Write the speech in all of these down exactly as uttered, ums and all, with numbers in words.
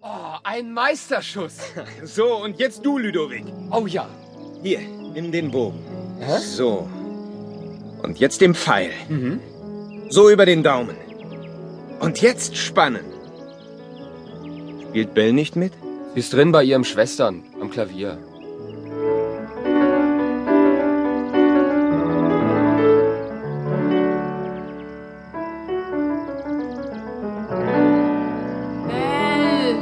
Oh, ein Meisterschuss. So, und jetzt du, Ludovic. Oh ja. Hier, nimm den Bogen. Hä? So. Und jetzt den Pfeil. Mhm. So über den Daumen. Und jetzt spannen. Spielt Belle nicht mit? Sie ist drin bei ihren Schwestern am Klavier. Belle!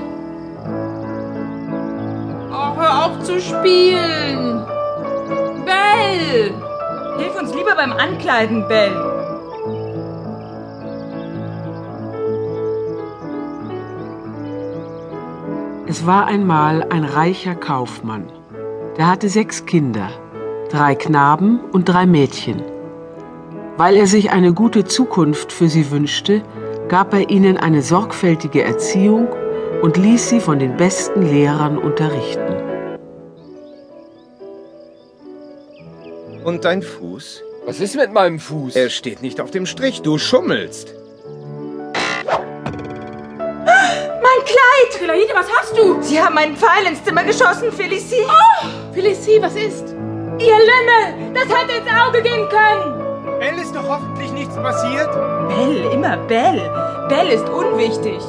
Oh, hör auf zu spielen! Belle! Hilf uns lieber beim Ankleiden, Belle. Es war einmal ein reicher Kaufmann. Der hatte sechs Kinder, drei Knaben und drei Mädchen. Weil er sich eine gute Zukunft für sie wünschte, gab er ihnen eine sorgfältige Erziehung und ließ sie von den besten Lehrern unterrichten. Und dein Fuß? Was ist mit meinem Fuß? Er steht nicht auf dem Strich, du schummelst. Mein Kleid! Adelaide, was hast du? Sie haben einen Pfeil ins Zimmer geschossen, Felicie. Oh, Felicie, was ist? Ihr Lümmel! Das hätte ins Auge gehen können! Belle, ist doch hoffentlich nichts passiert. Belle, immer Belle. Belle ist unwichtig.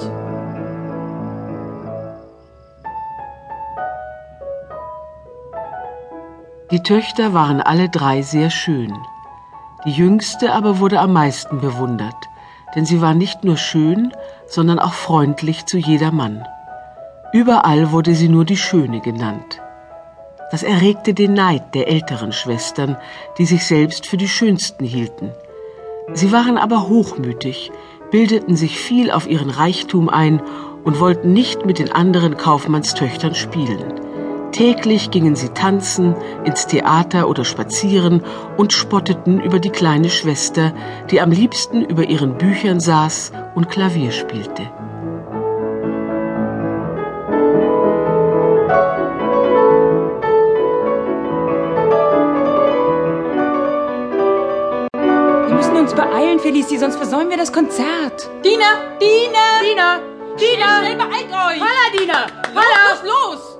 Die Töchter waren alle drei sehr schön. Die jüngste aber wurde am meisten bewundert, denn sie war nicht nur schön, sondern auch freundlich zu jedermann. Überall wurde sie nur die Schöne genannt. Das erregte den Neid der älteren Schwestern, die sich selbst für die Schönsten hielten. Sie waren aber hochmütig, bildeten sich viel auf ihren Reichtum ein und wollten nicht mit den anderen Kaufmannstöchtern spielen. Täglich gingen sie tanzen, ins Theater oder spazieren und spotteten über die kleine Schwester, die am liebsten über ihren Büchern saß und Klavier spielte. Wir müssen uns beeilen, Felicie, sonst versäumen wir das Konzert. Dina! Dina! Dina! Dina! Schnell, beeilt euch! Holla, Dina! Los, los, los!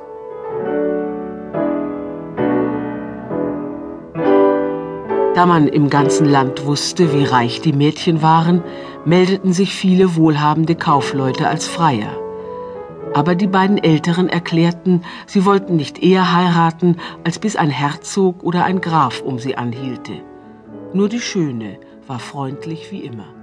Da man im ganzen Land wusste, wie reich die Mädchen waren, meldeten sich viele wohlhabende Kaufleute als Freier. Aber die beiden Älteren erklärten, sie wollten nicht eher heiraten, als bis ein Herzog oder ein Graf um sie anhielte. Nur die Schöne war freundlich wie immer.